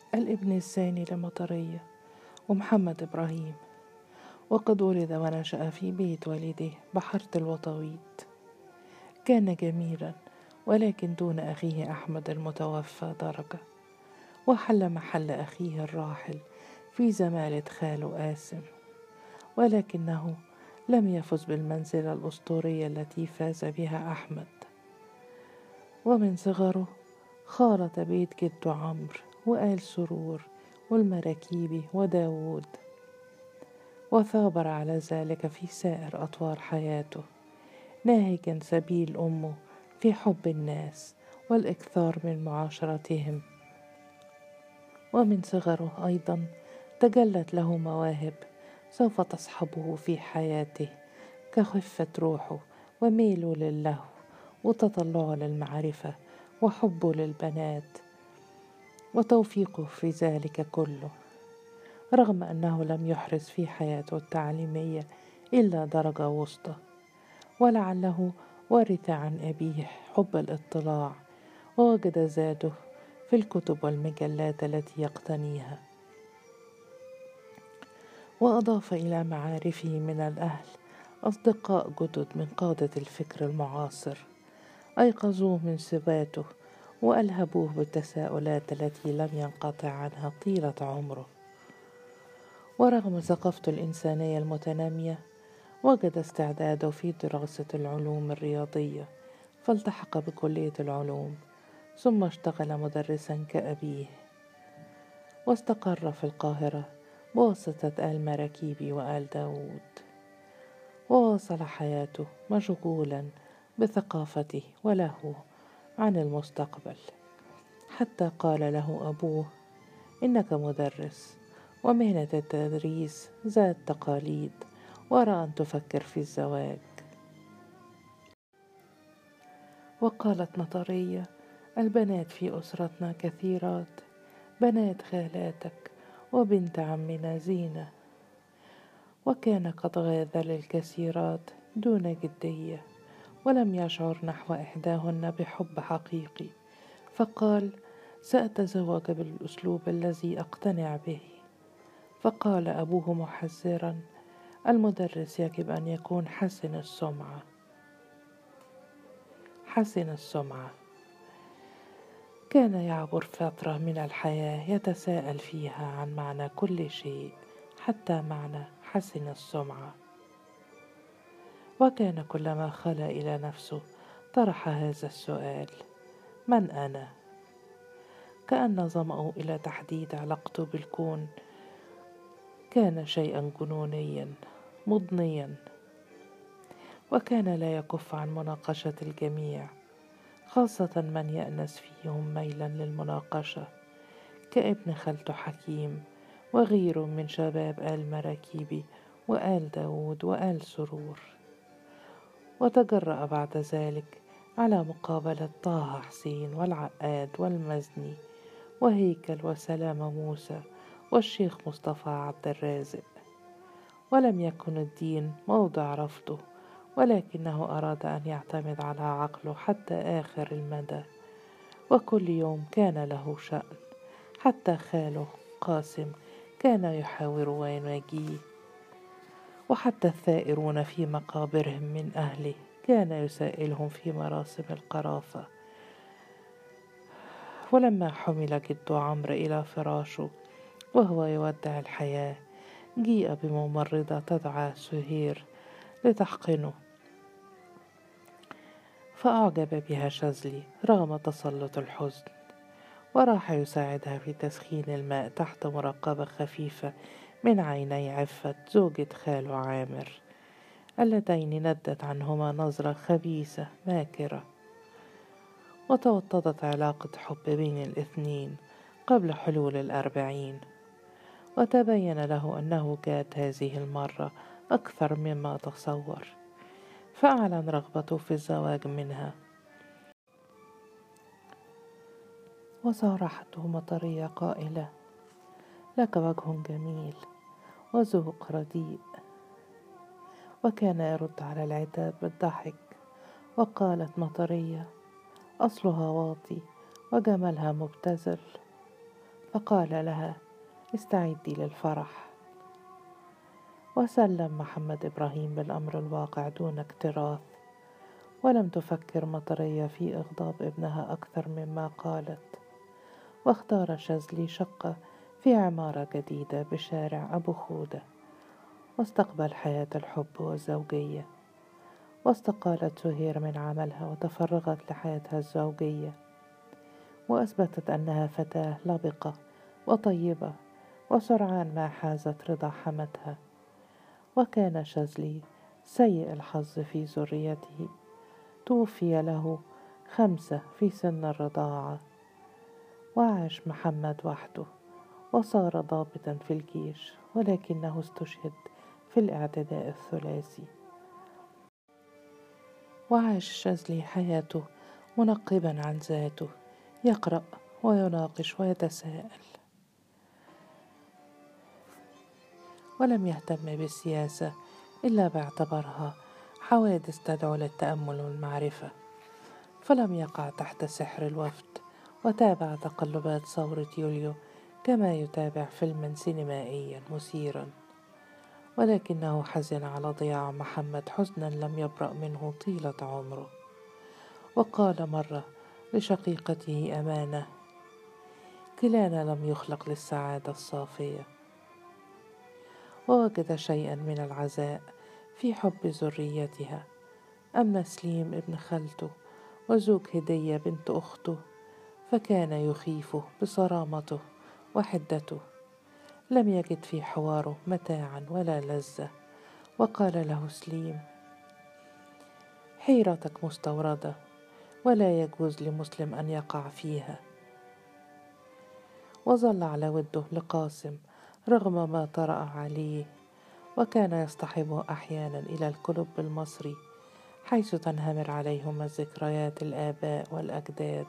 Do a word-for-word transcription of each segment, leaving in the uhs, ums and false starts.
الابن الثاني لمطرية ومحمد إبراهيم، وقد ولد ونشأ في بيت والده بحرة الوطويت. كان جميلا ولكن دون أخيه أحمد المتوفى درجة، وحل محل أخيه الراحل في زمالة خاله آسم، ولكنه لم يفز بالمنزلة الأسطورية التي فاز بها أحمد. ومن صغره خالط بيت جده عمرو وآل سرور والمراكيبي وداود، وثابر على ذلك في سائر أطوار حياته، ناهجا سبيل أمه في حب الناس والإكثار من معاشرتهم. ومن صغره أيضا تجلت له مواهب سوف تصحبه في حياته، كخفة روحه وميله للهو وتطلعه للمعرفة وحبه للبنات وتوفيقه في ذلك كله، رغم أنه لم يحرز في حياته التعليمية إلا درجة وسطى، ولعله ورث عن أبيه حب الاطلاع ووجد زاده في الكتب والمجلات التي يقتنيها. وأضاف إلى معارفه من الأهل أصدقاء جدد من قادة الفكر المعاصر، أيقظوه من سباته وألهبوه بالتساؤلات التي لم ينقطع عنها طيلة عمره. ورغم ثقافته الإنسانية المتنامية وجد استعداده في دراسة العلوم الرياضية، فالتحق بكلية العلوم، ثم اشتغل مدرسا كأبيه، واستقر في القاهرة بواسطة آل مراكيبي وآل داود، وواصل حياته مشغولا بثقافته ولهو عن المستقبل، حتى قال له أبوه: إنك مدرس، ومهنة التدريس ذات تقاليد، وأرى أن تفكر في الزواج. وقالت مطرية: البنات في أسرتنا كثيرات، بنات خالاتك وبنت عمنا زينة. وكان قد غاذ للكثيرات دون جدية، ولم يشعر نحو إحداهن بحب حقيقي، فقال: سأتزوج بالأسلوب الذي أقتنع به. فقال أبوه محذرا: المدرس يجب أن يكون حسن السمعة. حسن السمعة. كان يعبر فترة من الحياة يتساءل فيها عن معنى كل شيء، حتى معنى حسن السمعة، وكان كلما خلا إلى نفسه طرح هذا السؤال: من أنا؟ كأن ظمأه إلى تحديد علاقته بالكون كان شيئا جنونيا مضنيا، وكان لا يكف عن مناقشة الجميع، خاصة من يأنس فيهم ميلا للمناقشة، كابن خالته حكيم وغيره من شباب آل مراكيبي وآل داود وآل سرور. وتجرأ بعد ذلك على مقابلة طه حسين والعقاد والمزني وهيكل وسلامة موسى والشيخ مصطفى عبد الرازق. ولم يكن الدين موضع رفضه، ولكنه أراد أن يعتمد على عقله حتى آخر المدى، وكل يوم كان له شأن، حتى خاله قاسم كان يحاور ويناجيه، وحتى الثائرون في مقابرهم من أهله كان يسائلهم في مراسم القرافة. ولما حمل جد عمرو إلى فراشه وهو يودع الحياة، جيء بممرضة تدعى سهير لتحقنه، فأعجب بها شاذلي رغم تسلط الحزن، وراح يساعدها في تسخين الماء تحت مراقبة خفيفة من عيني عفة زوجة خاله عامر، اللتين ندت عنهما نظرة خبيثة ماكرة. وتوطدت علاقة حب بين الاثنين قبل حلول الأربعين، وتبين له أنه جاد هذه المرة أكثر مما تصور، فأعلن رغبته في الزواج منها. وصارحته مطرية قائلة: لك وجه جميل وذوق رديء. وكان يرد على العتاب بالضحك. وقالت مطرية: أصلها واطي وجمالها مبتذل. فقال لها: استعدي للفرح. وسلم محمد إبراهيم بالأمر الواقع دون اكتراث، ولم تفكر مطرية في إغضاب ابنها أكثر مما قالت. واختار شاذلي شقة في عمارة جديدة بشارع أبو خودة، واستقبل حياة الحب والزوجية. واستقالت سهير من عملها وتفرغت لحياتها الزوجية، وأثبتت أنها فتاة لبقة وطيبة، وسرعان ما حازت رضا حمتها. وكان شاذلي سيء الحظ في ذريته، توفي له خمسة في سن الرضاعة، وعاش محمد وحده، وصار ضابطا في الجيش، ولكنه استشهد في الاعتداء الثلاثي. وعاش شاذلي حياته منقبا عن ذاته، يقرأ ويناقش ويتساءل، ولم يهتم بالسياسة إلا باعتبارها حوادث تدعو للتأمل والمعرفة. فلم يقع تحت سحر الوفد، وتابع تقلبات ثورة يوليو كما يتابع فيلما سينمائيا مثيرا، ولكنه حزن على ضياع محمد حزنا لم يبرأ منه طيلة عمره. وقال مرة لشقيقته أمانة: كلانا لم يخلق للسعادة الصافية. ووجد شيئا من العزاء في حب ذريتها. أما سليم ابن خالته وزوج هدية بنت أخته فكان يخيفه بصرامته وحدته، لم يجد في حواره متاعا ولا لذة. وقال له سليم: حيرتك مستوردة، ولا يجوز لمسلم أن يقع فيها. وظل على وده لقاسم رغم ما طرأ عليه، وكان يصطحبه أحيانا إلى الكلب المصري، حيث تنهمر عليهما ذكريات الآباء والأجداد.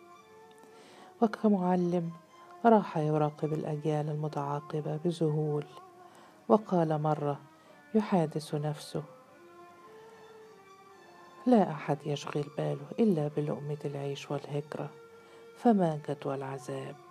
وكمعلم راح يراقب الأجيال المتعاقبة بذهول، وقال مرة يحادث نفسه: لا أحد يشغل باله إلا بلقمة العيش والهجرة، فما جدوى العذاب.